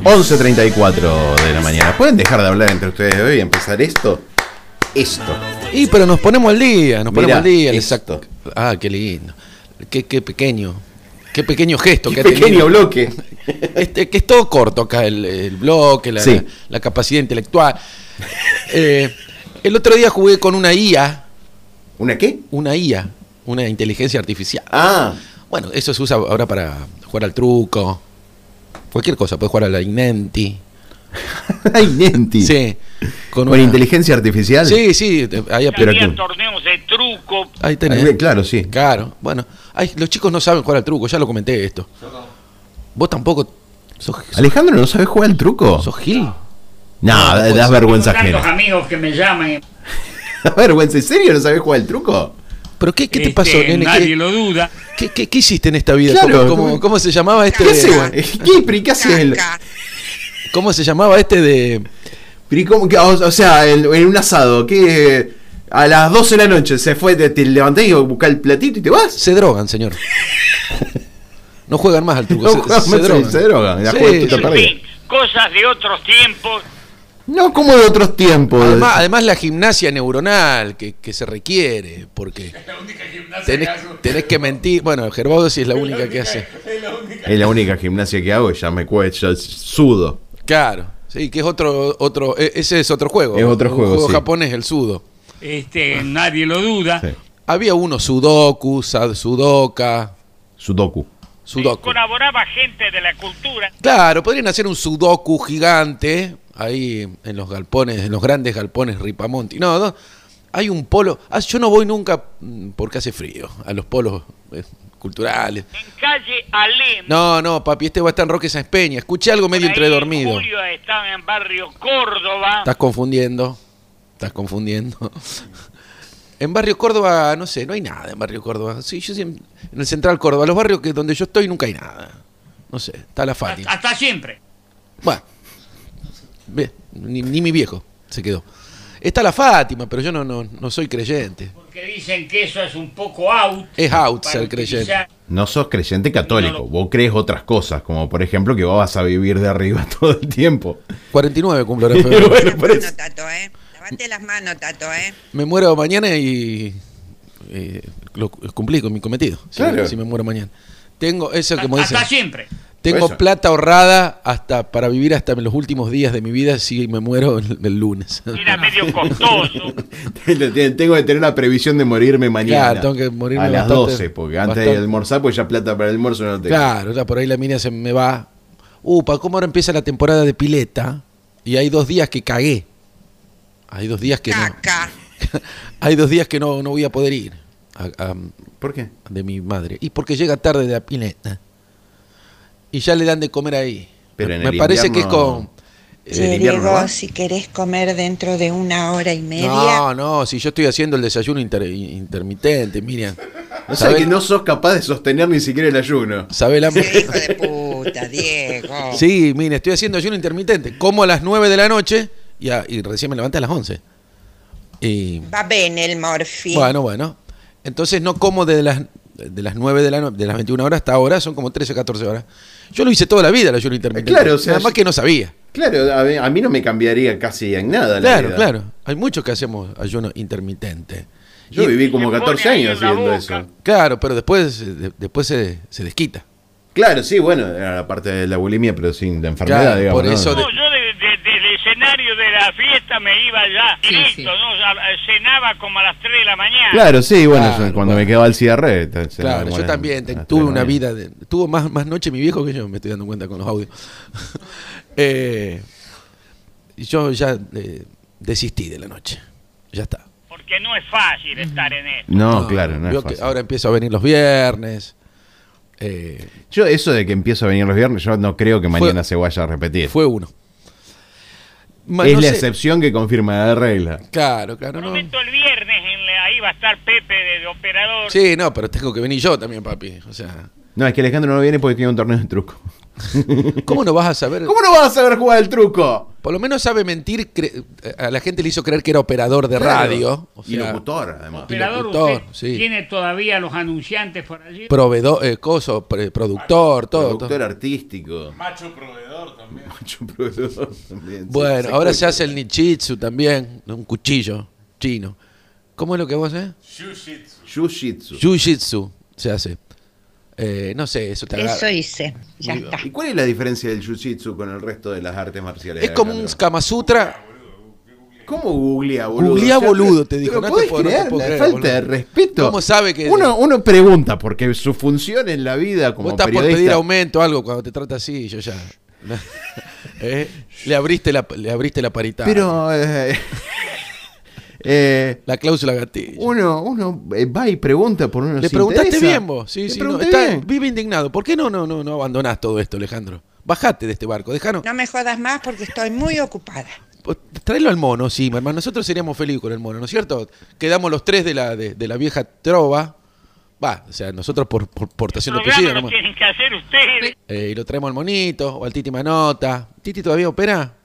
11:34 de la mañana. ¿Pueden dejar de hablar entre ustedes hoy y empezar esto? Y pero nos ponemos al día, exacto. Ah, qué lindo. Qué pequeño. Qué pequeño gesto. Qué pequeño bloque. Que es todo corto acá, el bloque, la capacidad intelectual. El otro día jugué con una IA. ¿Una qué? Una IA, una inteligencia artificial. Ah. Bueno, eso se usa ahora para jugar al truco. Cualquier cosa, puedes jugar a la Inenti. ¿La Inenti? Sí. ¿Con inteligencia artificial? Sí. Había torneos de truco. Ahí tenés. Claro, sí. Claro, bueno. Los chicos no saben jugar al truco, ya lo comenté esto. Vos tampoco. Alejandro, ¿no sabés jugar al truco? ¿Sos Gil? No, das vergüenza ajena. Tantos amigos que me llaman. ¿Das vergüenza? ¿En serio no sabés jugar al truco? ¿Pero qué te pasó, nene? Nadie lo duda. ¿Qué hiciste en esta vida? Claro, ¿Cómo se llamaba este? ¿Qué hacía? ¿Cómo se llamaba este de...? O sea, en un asado, ¿qué? A las 12 de la noche se fue, te levantás y buscás el platito y te vas. Se drogan, señor. No juegan más al truco, se drogan. La Cosas de otros tiempos. No, como de otros tiempos. Además la gimnasia neuronal que se requiere, porque tenés que mentir. Bueno, Gervaudo sí es la única que hace. Es la única gimnasia que hago y ya me cuesta, ya sudo. Claro, sí, que es ese es otro juego. Es otro juego, sí. Japonés, el sudo. Nadie lo duda. Sí. Había uno sudoku, sudoka. Sudoku. Colaboraba gente de la cultura. Claro, podrían hacer un sudoku gigante ahí en los galpones, en los grandes galpones Ripamonti. No, hay un polo. Yo no voy nunca porque hace frío a los polos culturales. En calle Alem. No, papi, este va a estar en Roque Sáenz Peña. Escuché algo medio entredormido. Julio estaba en barrio Córdoba. Estás confundiendo. En Barrio Córdoba, no sé, no hay nada en Barrio Córdoba. Sí, yo siempre, en el Central Córdoba, los barrios donde yo estoy nunca hay nada. No sé, está la Fátima. Hasta siempre. Bueno, ni mi viejo se quedó. Está la Fátima, pero yo no soy creyente. Porque dicen que eso es un poco out. Es out ser creyente. No sos creyente católico, vos crees otras cosas, como por ejemplo que vos vas a vivir de arriba todo el tiempo. 49 cumplo ahora en febrero. Bueno, Tato, levante las manos, Tato, Me muero mañana y cumplí con mi cometido. Claro. Si me muero mañana. Tengo eso como dice. Hasta siempre. Tengo plata ahorrada para vivir hasta los últimos días de mi vida si me muero el lunes. Era medio costoso. Tengo que tener la previsión de morirme mañana. Claro, tengo que morirme a las 12, porque antes de almorzar, pues ya plata para el almuerzo no tengo. Claro, ya por ahí la mina se me va. ¿Cómo ahora empieza la temporada de pileta? Y hay 2 días que cagué. Hay 2 días que Caca. no. Hay 2 días que no voy a poder ir. ¿Por qué? De mi madre. Y porque llega tarde de la pileta. Y ya le dan de comer ahí. Pero me parece que es con... Diego, si querés comer dentro de 1 hora y media. No, si yo estoy haciendo el desayuno intermitente, Miriam. O sea que no sos capaz de sostener ni siquiera el ayuno. ¿Sabe la... Hijo de puta, Diego. Sí, mire, estoy haciendo ayuno intermitente. Como a las 9 de la noche y recién me levanté a las 11. Va bien el morfi. Bueno. Entonces no como de las 9 de las 21 horas hasta ahora, son como 13 o 14 horas. Yo lo hice toda la vida el ayuno intermitente. Claro, o sea, nada más que no sabía. Claro, a mí no me cambiaría casi en nada la vida. Claro. Hay muchos que hacemos ayuno intermitente. Yo viví como 14 años haciendo eso. Claro, pero después se desquita. Claro, sí, bueno, era la parte de la bulimia, pero sin de enfermedad, claro, digamos. Por eso yo del escenario de la fiesta me iba ya directo, ¿no? Cenaba como a las 3 de la mañana. Claro, sí, bueno, cuando me quedaba el cierre. Claro, yo también tuve una vida. Tuvo más noche mi viejo que yo, me estoy dando cuenta con los audios. Yo ya desistí de la noche. Ya está. Porque no es fácil estar en esto. No, claro, no es fácil. Ahora empiezo a venir los viernes. Yo eso de que empiezo a venir los viernes, yo no creo que mañana se vaya a repetir. Fue uno. Es la excepción que confirma la regla. Claro, Por no. momento el viernes ahí va a estar Pepe de operador. Sí, no, pero tengo que venir yo también, papi. O sea, No, es que Alejandro no viene porque tiene un torneo de truco. ¿Cómo no vas a saber? ¿Cómo no vas a saber jugar el truco? Por lo menos sabe mentir. A la gente le hizo creer que era operador de radio. O y sea, locutor, además. Operador, locutor, usted sí. tiene todavía los anunciantes por allí. Proveedor, productor, todo. Productor artístico. Macho proveedor también. Macho proveedor también. Bueno, Sí, ahora sí. se hace el ninjitsu también, un cuchillo chino. ¿Cómo es lo que vos haces? Jiu-jitsu. Jiu-jitsu se hace. No sé, eso te agarra. Eso hice, ya está. ¿Y cuál es la diferencia del jiu-jitsu con el resto de las artes marciales? Es como un Alejandro? Kama Sutra. ¿Cómo googlea, boludo? Googlea, O sea, boludo, te dijo. ¿pero No te podés puedo- no te creer puedo la creer, falta boludo. de respeto? ¿Cómo sabe que Uno pregunta, porque su función en la vida como vos estás por periodista... pedir aumento o algo cuando te trata así? Yo ya. Le abriste la paritaria. Pero... La cláusula gatillo. uno va y pregunta por uno. Le se preguntaste interesa. bien vos. Sí, Le sí, no, pregunté está, bien. vive indignado. ¿Por qué no abandonás todo esto, Alejandro? Bajate de este barco, dejanos. No me jodas más porque estoy muy ocupada. Tráelo al mono, sí, mi hermano. Nosotros seríamos felices con el mono, ¿no es cierto? Quedamos los tres de la vieja trova. Va, o sea, nosotros por portación de El programa apellido. lo nomás. tienen que hacer ustedes. Y lo traemos al monito o al Titi Manota. ¿Titi todavía opera?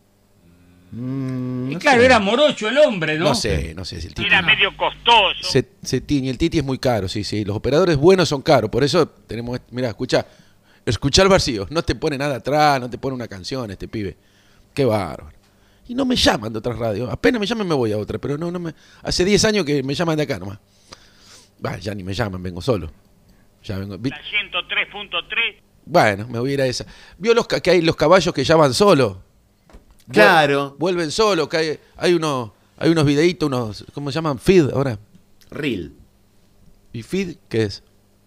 Y claro, era morocho el hombre, ¿no? No sé si el Titi. Era medio costoso. Se tiñe. El Titi es muy caro, sí. Los operadores buenos son caros. Por eso tenemos. Mirá, escucha el vacío. No te pone nada atrás, no te pone una canción este pibe. Qué bárbaro. Y no me llaman de otras radios. Apenas me llaman me voy a otra. Pero no me. Hace 10 años que me llaman de acá nomás. Ya ni me llaman, vengo solo. Ya vengo. La 103.3. Bueno, me voy a ir a esa. ¿Vio que hay los caballos que ya van solos? Claro. Vuelven solos, que hay unos videitos, ¿cómo se llaman? Feed ahora. Reel. ¿Y feed qué es?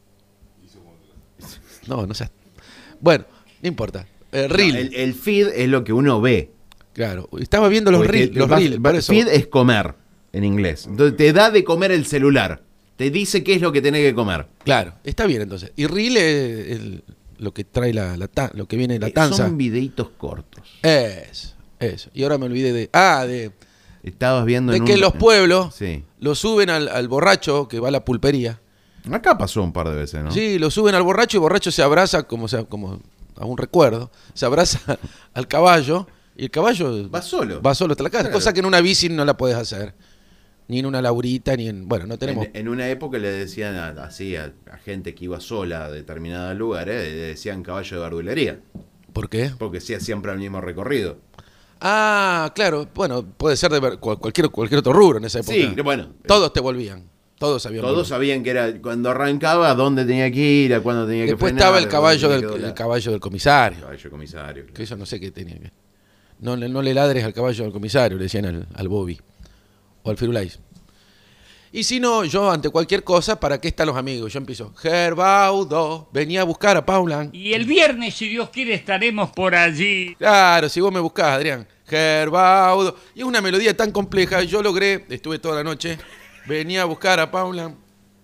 No sé. Bueno, no importa. Reel. No, el feed es lo que uno ve. Claro. Estaba viendo los Porque reels, por eso. Feed es comer en inglés. Entonces te da de comer el celular. Te dice qué es lo que tenés que comer. Claro, está bien entonces. Y reel es lo que trae lo que viene de la tanza. Son videitos cortos. Eso. Y ahora me olvidé de Estabas viendo que en los pueblos Sí. lo suben al borracho que va a la pulpería. Acá pasó un par de veces, ¿no? Sí, lo suben al borracho y el borracho se abraza como a un recuerdo. Se abraza al caballo y el caballo Va solo. Va solo hasta la casa. Claro. Cosa que en una bici no la podés hacer. Ni en una Laurita, ni en... Bueno, no tenemos... En una época le decían así a gente que iba sola a determinados lugares, le decían caballo de verdulería. ¿Por qué? Porque hacía siempre el mismo recorrido. Ah, claro. Bueno, puede ser de cualquier otro rubro en esa época. Sí, bueno. Todos te volvían. Todos sabían. Todos sabían que era cuando arrancaba, a dónde tenía que ir, a cuándo tenía que Después frenar. estaba el caballo dónde del, tenía que el doblar. caballo del comisario. Caballo comisario. Que eso no sé qué tenía que... No le ladres al caballo del comisario, le decían al Bobby. O al Firulais. Y si no, yo ante cualquier cosa, ¿para qué están los amigos? Yo empiezo, Gerbaudo, venía a buscar a Paulan. Y el viernes, si Dios quiere, estaremos por allí. Claro, si vos me buscás, Adrián. Gerbaudo. Y es una melodía tan compleja, yo logré, estuve toda la noche, venía a buscar a Paulan.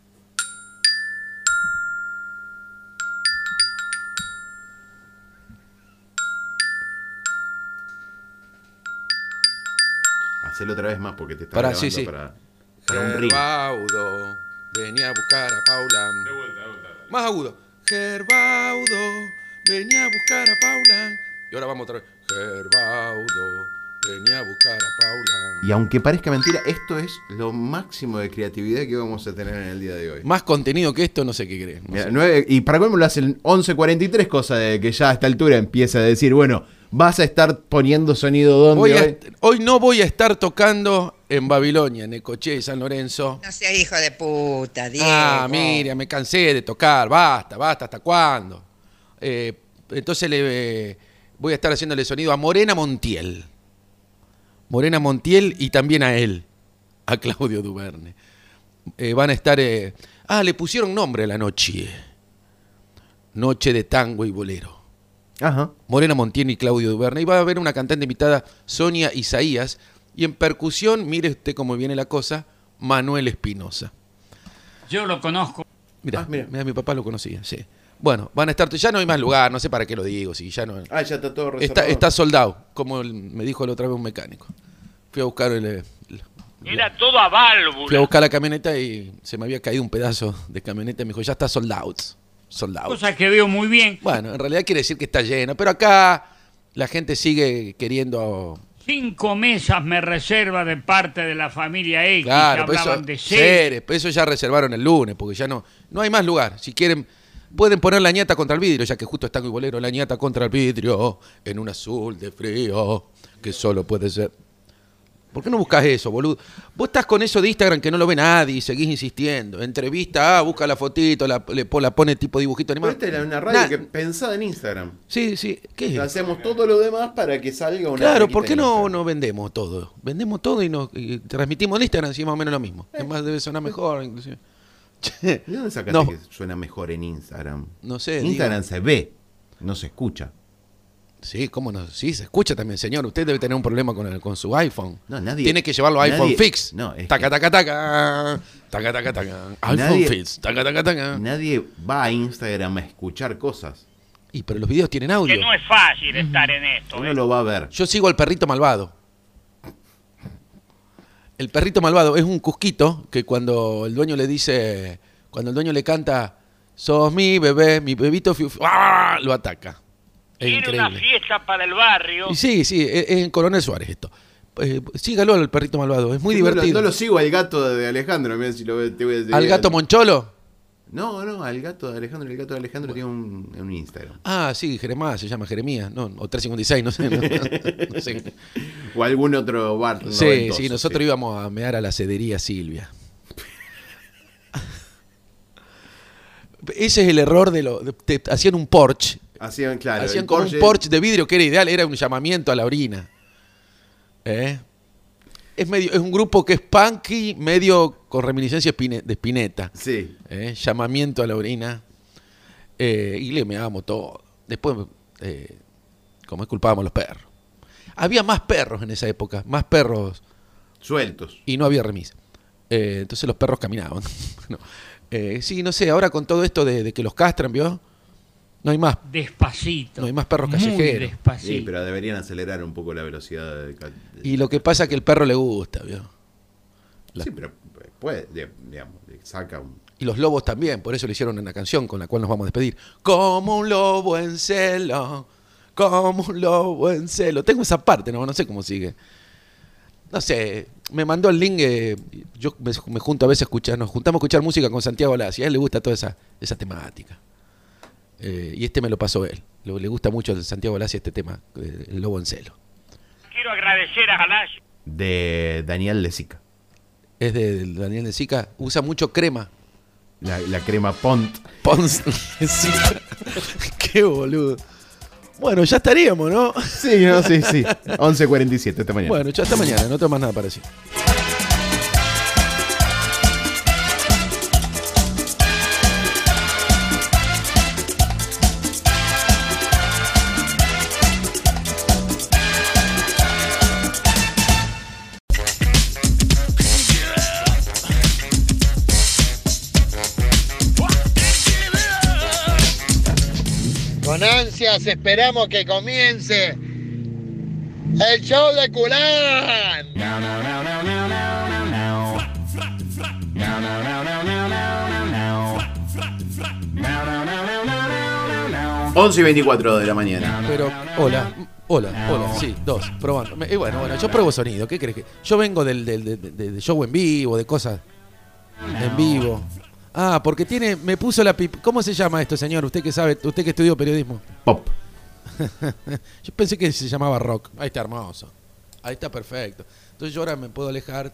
Hacelo otra vez más porque te está Pará, grabando sí. para un reel. Gerbaudo, venía a buscar a Paulan. De vuelta. Más agudo. Gerbaudo, venía a buscar a Paulan. Y ahora vamos otra vez. Gerbaudo, venía a buscar a Paulan. Y aunque parezca mentira, esto es lo máximo de creatividad que vamos a tener en el día de hoy. Más contenido que esto, no sé qué crees. No Mira, sé. y para colmo lo hacen 11:43, cosa de que ya a esta altura empieza a decir, bueno, vas a estar poniendo sonido donde Hoy no voy a estar tocando en Babilonia, en Necochea y San Lorenzo. No seas hijo de puta, Diego. Miriam, me cansé de tocar, basta, ¿hasta cuándo? Entonces voy a estar haciéndole sonido a Morena Montiel. Morena Montiel y también a él, a Claudio Duverne. Van a estar... le pusieron nombre a la noche. Noche de tango y bolero. Ajá. Morena Montiel y Claudio Duverne. Y va a haber una cantante invitada, Sonia Isaías. Y en percusión, mire usted cómo viene la cosa, Manuel Espinosa. Yo lo conozco. Mirá, mira. mi papá lo conocía, sí. Bueno, van a estar, ya no hay más lugar, no sé para qué lo digo, si ya no... Ya está todo reservado. Está soldado, como me dijo la otra vez un mecánico. Fui a buscar Era todo a válvula. fui a buscar la camioneta y se me había caído un pedazo de camioneta y me dijo, ya está sold out. sold out. Cosa que veo muy bien. Bueno, en realidad quiere decir que está lleno, pero acá la gente sigue queriendo... 5 mesas me reserva de parte de la familia X. Claro, ya pues hablaban eso, de series. pues eso ya reservaron el lunes, porque ya no hay más lugar. Si quieren, pueden poner la ñata contra el vidrio, ya que justo está muy bolero, la ñata contra el vidrio, en un azul de frío, que solo puede ser... ¿Por qué no buscas eso, boludo? Vos estás con eso de Instagram que no lo ve nadie y seguís insistiendo. Entrevista, busca la fotito, la pone tipo dibujito animado. Pero esta era una radio que pensada en Instagram. Sí. ¿Qué es? Hacemos todo lo demás para que salga una... Claro, ¿por qué en no Instagram? vendemos todo? Vendemos todo y transmitimos en Instagram, sí, más o menos lo mismo. Es más, debe sonar mejor, inclusive. ¿De dónde sacaste No. que suena mejor en Instagram? No sé, Instagram se ve, no se escucha. Sí, ¿cómo no? Sí, se escucha también, señor. Usted debe tener un problema con su iPhone. No, nadie... Tiene que llevarlo a iPhone Fix. No, es taca, que taca, taca. Taca, taca, taca. iPhone Nadie- Fix. Taca, taca, taca. nadie va a Instagram a escuchar cosas. Y pero los videos tienen audio. Que no es fácil estar en esto. Uno lo va a ver. Yo sigo al perrito malvado. El perrito malvado es un cusquito que cuando el dueño le dice, cuando el dueño le canta, sos mi bebé, mi bebito, ¡ah! Lo ataca. Es Tiene una increíble. fiesta para el barrio. Y sí, es en Coronel Suárez esto. Sígalo al perrito malvado, es muy Yo divertido. No lo sigo al gato de Alejandro. Mirá si te voy a decir. ¿Al gato Moncholo? No, al gato de Alejandro. El gato de Alejandro tiene un Instagram. Ah, sí, Jeremías, se llama Jeremías, no, o 356, no sé. No sé. O algún otro bar. Sí, noventoso, sí, nosotros íbamos a mear a la cedería Silvia. Ese es el error te hacían un porche. Hacían, claro. Hacían el como Porsche- un porche de vidrio que era ideal, era un llamamiento a la orina. Es un grupo que es punky, medio con reminiscencia de Spinetta. Sí. Llamamiento a la orina. Y le meábamos todo. Después, como culpábamos a los perros. Había más perros en esa época, más perros, Sueltos. y no había remis. Entonces los perros caminaban. No. Sí, no sé, ahora con todo esto de que los castran, ¿vio? No hay más. Despacito. No hay más perros Muy callejeros. despacito. Sí, pero deberían acelerar un poco la velocidad. Y lo que pasa es que el perro le gusta, ¿vio? Sí, pero puede, digamos, le saca un... Y los lobos también, por eso le hicieron una canción con la cual nos vamos a despedir. Como un lobo en celo, como un lobo en celo. Tengo esa parte, no sé cómo sigue. No sé, me mandó el link, yo me junto a veces a escuchar, nos juntamos a escuchar música con Santiago Lassi, a él le gusta toda esa temática. Y este me lo pasó él, le gusta mucho a Santiago Lassi este tema, el lobo en celo. Quiero agradecer a Galash. De Daniel Lezica. Es de Daniel de Sica, usa mucho crema. La crema Pont. Pons de Sica. Qué boludo. Bueno, ya estaríamos, ¿no? Sí, no, sí. 11:47 esta mañana. Bueno, ya hasta mañana, no tengo más nada para decir. Con ansias esperamos que comience el show de Culán. 11:24 de la mañana. Pero, hola, sí, dos, probando. Y bueno, yo pruebo sonido, ¿qué crees que? Yo vengo de show en vivo, de cosas en vivo. Ah, porque me puso la ¿cómo se llama esto, señor? Usted que sabe, usted que estudió periodismo. Pop. Yo pensé que se llamaba rock. Ahí está hermoso. Ahí está perfecto. Entonces yo ahora me puedo alejar.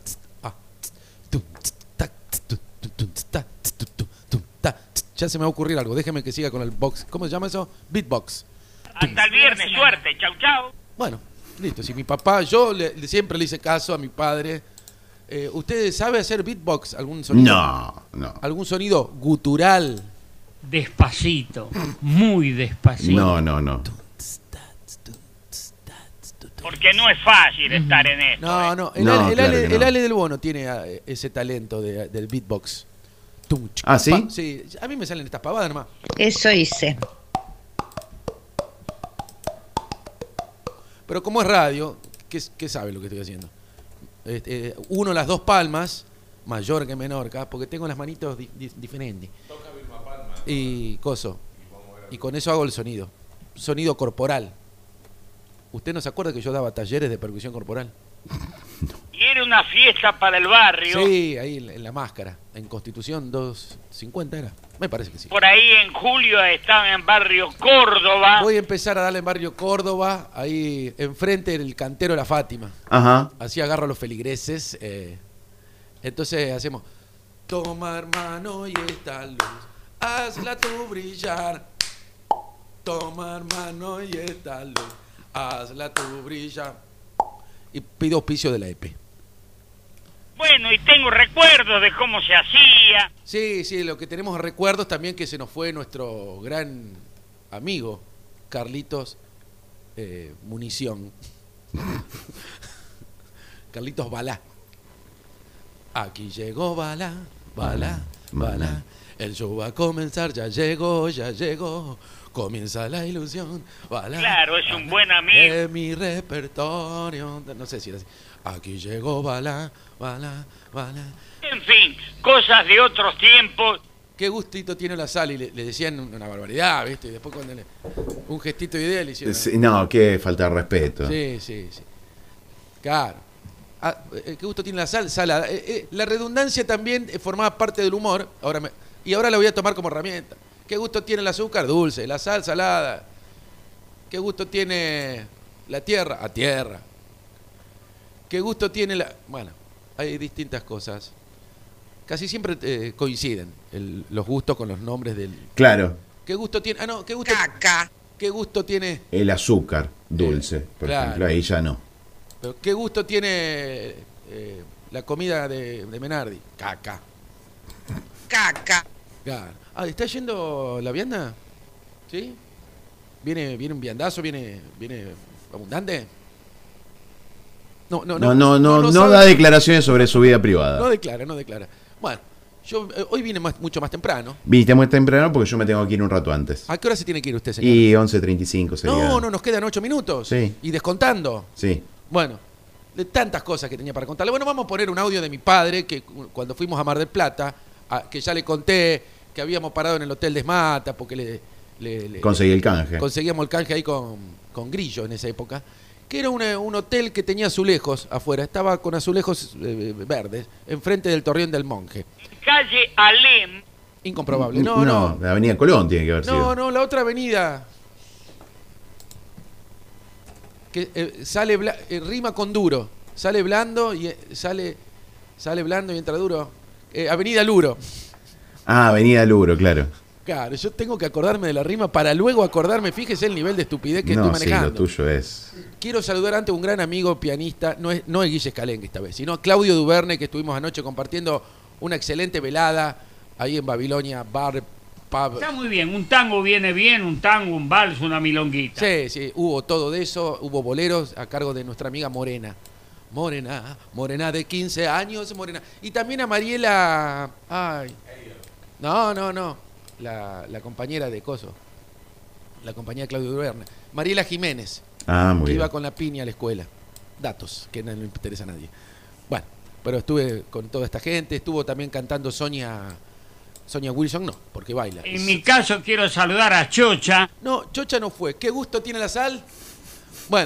Ya se me va a ocurrir algo. Déjeme que siga con el box. ¿Cómo se llama eso? Beatbox. Hasta el viernes, suerte. Chau, chau. Bueno, listo. Si mi papá, siempre le hice caso a mi padre. ¿Usted sabe hacer beatbox? ¿Algún sonido? No. ¿Algún sonido gutural? Despacito. Muy despacito. No. Porque no es fácil estar en esto. No. El No, claro Ale, que no. el Ale del Bono tiene ese talento del beatbox. ¿Ah, sí? Sí, a mí me salen estas pavadas nomás. Eso hice. Pero como es radio, ¿qué sabe lo que estoy haciendo? Uno las dos palmas, mayor que menor, porque tengo las manitos diferentes. Toca Vilma Palma. Y coso. Y con eso hago el sonido. Sonido corporal. ¿Usted no se acuerda que yo daba talleres de percusión corporal? Y era una fiesta para el barrio. Sí, ahí en la Máscara. En Constitución 250 era. Me parece que sí. Por ahí en julio estaba en barrio Córdoba. Voy a empezar a darle en barrio Córdoba, ahí enfrente del cantero La Fátima. Ajá. Así agarro a los feligreses. Entonces hacemos: toma, hermano, y esta luz, hazla tú brillar. Toma, hermano, y esta luz, hazla tú brillar. Y pido auspicio de la EP. Bueno, y tengo recuerdos de cómo se hacía. Sí, sí, lo que tenemos recuerdos también que se nos fue nuestro gran amigo, Carlitos Munición. Carlitos Balá. Aquí llegó Balá, Balá, Balá. El show va a comenzar, ya llegó, ya llegó. Comienza la ilusión, Balá. Claro, es un buen amigo. De mi repertorio. No sé si era así. Aquí llegó Balá, Balá, Balá. En fin, cosas de otros tiempos. Qué gustito tiene la sal. Y le decían una barbaridad, ¿viste? Y después cuando un gestito de idea le hicieron. Sí, no, qué falta de respeto. Sí, sí, sí. Claro. Qué gusto tiene la sal, salada. La redundancia también formaba parte del humor. Y ahora la voy a tomar como herramienta. Qué gusto tiene el azúcar, dulce. La sal, salada. Qué gusto tiene la tierra, a tierra. Qué gusto tiene la... Bueno, hay distintas cosas. Casi siempre coinciden los gustos con los nombres del... Claro. ¿Qué gusto tiene? Ah, no, ¿qué gusto... Caca. ¿Qué gusto tiene? El azúcar dulce, por claro. ejemplo, ahí ya no. Pero ¿qué gusto tiene la comida de Menardi? Caca. Caca. Claro. Ah, ¿está yendo la vianda? ¿Sí? ¿Viene un viandazo? ¿Viene abundante? No da declaraciones sobre su vida privada. No declara. Bueno, yo hoy vine mucho más temprano. Viniste muy temprano porque yo me tengo que ir un rato antes. ¿A qué hora se tiene que ir usted, señor? Y 11:35 sería. No, nos quedan 8 minutos. Sí. Y descontando. Sí. Bueno, de tantas cosas que tenía para contarle. Bueno, vamos a poner un audio de mi padre, que cuando fuimos a Mar del Plata, que ya le conté que habíamos parado en el Hotel Desmata, porque Conseguí el canje. Conseguíamos el canje ahí con Grillo en esa época, que era un hotel que tenía azulejos afuera, estaba con azulejos verdes, enfrente del Torreón del Monje. Calle Alem. Incomprobable. No. La Avenida Colón tiene que haber sido. No, la otra avenida. Que sale rima con duro. Sale blando y sale blando y entra duro. Avenida Luro. Ah, Avenida Luro, claro. Claro, yo tengo que acordarme de la rima para luego acordarme. Fíjese el nivel de estupidez que estoy manejando. Sí, lo tuyo es. Quiero saludar antes a un gran amigo pianista, no es Guille Escalenque esta vez, sino a Claudio Duverne, que estuvimos anoche compartiendo una excelente velada ahí en Babilonia Bar Pub. Está muy bien, un tango viene bien, un tango, un vals, una milonguita. Sí, hubo todo de eso, hubo boleros a cargo de nuestra amiga Morena. Morena de 15 años, Morena. Y también a Mariela... Ay. No. La compañera de Coso. La compañera de Claudio Duverne. Mariela Jiménez. Ah, muy que bien. iba con la piña a la escuela. Datos que no le interesa a nadie. Bueno, pero estuve con toda esta gente. Estuvo también cantando Sonia Wilson, no, porque baila. En mi caso quiero saludar a Chocha. No, Chocha no fue. ¿Qué gusto tiene la sal? Bueno,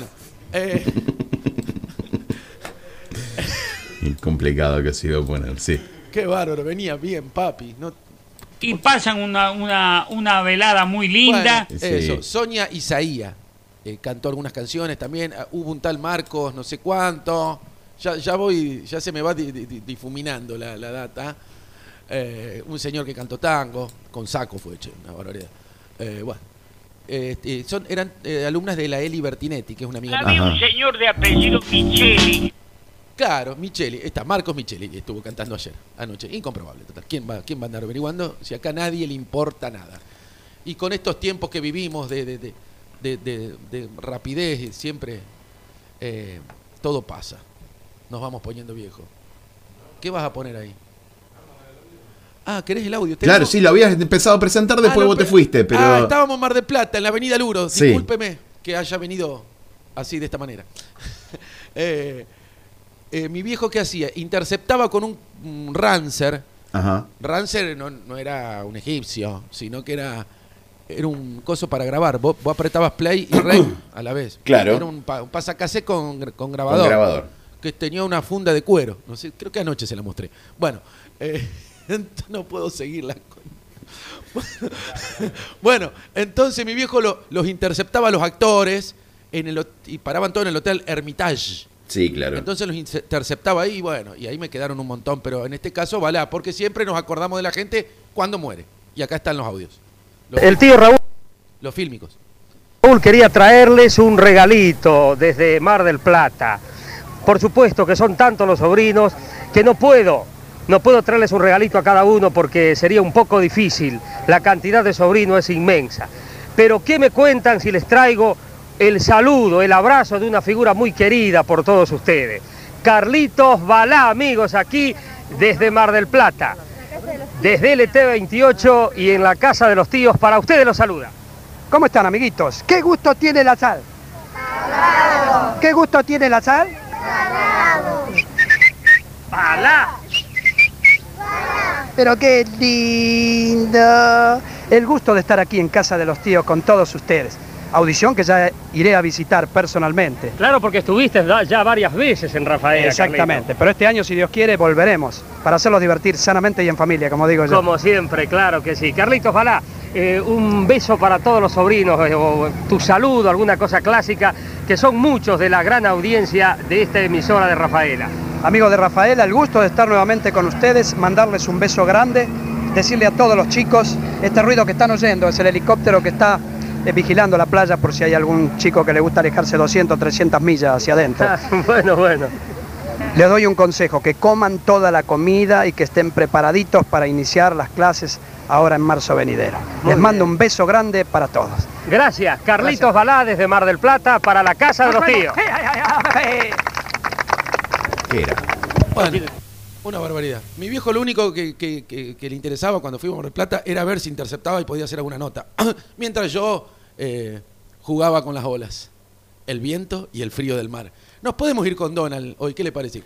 Complicado que ha sido poner, sí. qué bárbaro, venía bien, papi. No, Y pasan una velada muy linda. bueno, Sí. eso, Sonia Isaía cantó algunas canciones también. Hubo un tal Marcos, no sé cuánto. Ya se me va difuminando la data. Un señor que cantó tango, con saco fue hecho, una barbaridad. Bueno, eran alumnas de la Eli Bertinetti, que es una amiga mía. Había un señor de apellido Micheli. Claro, Micheli, Marcos Micheli, estuvo cantando anoche, incomprobable, total. ¿Quién va a andar averiguando si acá a nadie le importa nada? Y con estos tiempos que vivimos de rapidez, siempre todo pasa. Nos vamos poniendo viejos. ¿Qué vas a poner ahí? Ah, ¿querés el audio? Claro, sí, lo habías empezado a presentar, después no, vos te fuiste, pero... estábamos en Mar del Plata, en la Avenida Luro. Sí. Discúlpeme que haya venido así, de esta manera. Mi viejo, ¿qué hacía? Interceptaba con un Rancer Ajá. Rancer no era un egipcio, sino que era un coso para grabar. Vos apretabas play y rec a la vez. Claro. Era un pasacasé con grabador. Con grabador. Que tenía una funda de cuero. No sé, creo que anoche se la mostré. Bueno, no puedo seguirla. Bueno, entonces mi viejo los interceptaba a los actores y paraban todo en el Hotel Hermitage. Sí, claro. Entonces los interceptaba ahí y bueno, y ahí me quedaron un montón, pero en este caso, Balá, porque siempre nos acordamos de la gente cuando muere. Y acá están los audios. El tío Raúl. Los fílmicos. Raúl quería traerles un regalito desde Mar del Plata. Por supuesto que son tantos los sobrinos que no puedo traerles un regalito a cada uno porque sería un poco difícil. La cantidad de sobrinos es inmensa. Pero ¿qué me cuentan si les traigo el saludo, el abrazo de una figura muy querida por todos ustedes? Carlitos Balá, amigos, aquí desde Mar del Plata, desde LT28 y en la casa de los tíos, para ustedes los saluda. ¿Cómo están, amiguitos? ¿Qué gusto tiene la sal? Salado. ¿Qué gusto tiene la sal? Salado. Balá. Pero qué lindo. El gusto de estar aquí en casa de los tíos con todos ustedes. Audición que ya iré a visitar personalmente. Claro, porque estuviste ya varias veces en Rafaela. Exactamente, Carlito. Pero este año, si Dios quiere, volveremos para hacerlos divertir sanamente y en familia, como digo yo. Como siempre, claro que sí. Carlitos Balá, un beso para todos los sobrinos, o tu saludo, alguna cosa clásica, que son muchos de la gran audiencia de esta emisora de Rafaela. Amigos de Rafaela, el gusto de estar nuevamente con ustedes, mandarles un beso grande, decirle a todos los chicos, este ruido que están oyendo es el helicóptero que está vigilando la playa por si hay algún chico que le gusta alejarse 200, 300 millas hacia adentro. Bueno. Les doy un consejo, que coman toda la comida y que estén preparaditos para iniciar las clases ahora en marzo venidero. Les mando un beso grande para todos. Gracias, Carlitos Balá desde Mar del Plata para la casa de los tíos. ¿Qué era? Bueno, una barbaridad. Mi viejo lo único que le interesaba cuando fuimos a Mar del Plata era ver si interceptaba y podía hacer alguna nota. Mientras yo jugaba con las olas, el viento y el frío del mar. Nos podemos ir con Donald hoy, ¿qué le parece?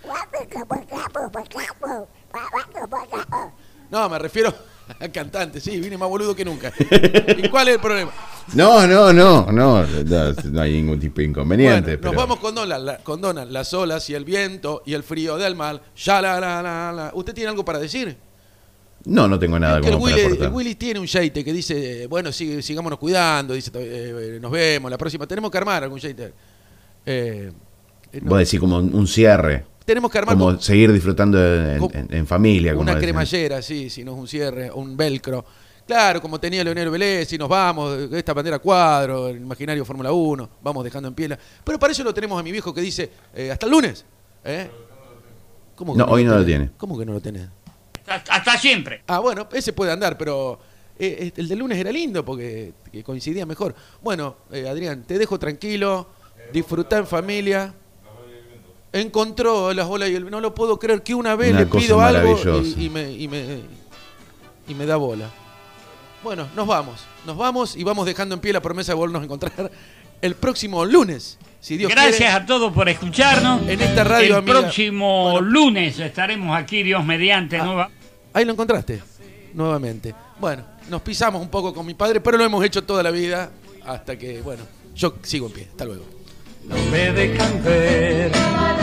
No, me refiero al cantante, sí, vine más boludo que nunca. ¿Y cuál es el problema? No hay ningún tipo de inconveniente. Bueno, nos vamos con Donald, las olas y el viento y el frío del mar. Ya. ¿Usted tiene algo para decir? No tengo nada como para aportar. El Willy tiene un sheite que dice, bueno, sigámonos cuidando, dice, nos vemos, la próxima. Tenemos que armar algún sheite. Vos decís como un cierre. Tenemos que armar como seguir disfrutando en familia. Una cremallera, sí, si no es un cierre, un velcro. Claro, como tenía Leonel Vélez, si nos vamos, esta bandera cuadro, el imaginario Fórmula 1, vamos dejando en pie. Pero para eso lo tenemos a mi viejo que dice, hasta el lunes. ¿Cómo que no hoy no lo tiene. ¿Cómo que no lo tenés? Hasta siempre. Ah, bueno, ese puede andar, pero el del lunes era lindo porque coincidía mejor. Bueno, Adrián, te dejo tranquilo, disfrutá en familia. Encontró las bolas y no lo puedo creer que una vez le pido algo y me da bola. Bueno, nos vamos y vamos dejando en pie la promesa de volvernos a encontrar el próximo lunes, si Dios quiere. Gracias a todos por escucharnos. En esta radio, el próximo lunes estaremos aquí, Dios mediante. Ahí lo encontraste, nuevamente. Bueno, nos pisamos un poco con mi padre, pero lo hemos hecho toda la vida hasta que, bueno, yo sigo en pie. Hasta luego. No me dejan ver,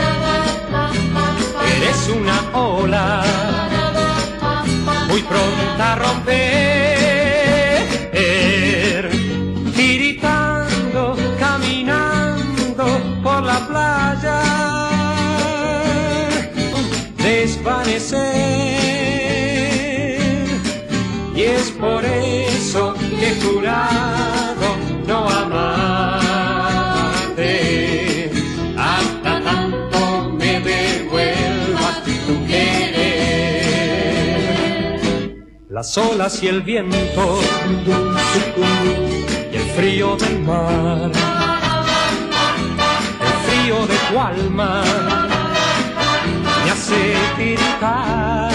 eres una ola muy pronta a romper, tiritando, caminando por la playa, desvanecer, y es por eso que he jurado no amar. Las olas y el viento y el frío del mar, el frío de tu alma me hace tiritar.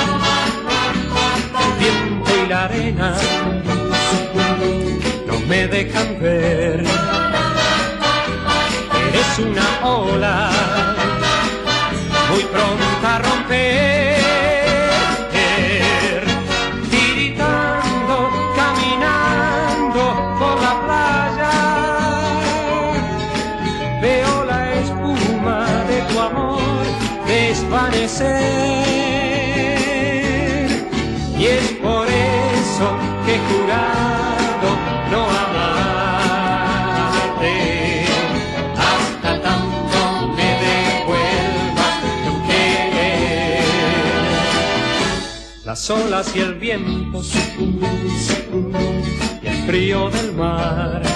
El viento y la arena no me dejan ver. Eres una ola muy pronta a romper. ser. Y es por eso que he jurado no amarte hasta tanto me devuelvas tu querer. Las olas y el viento, y el frío del mar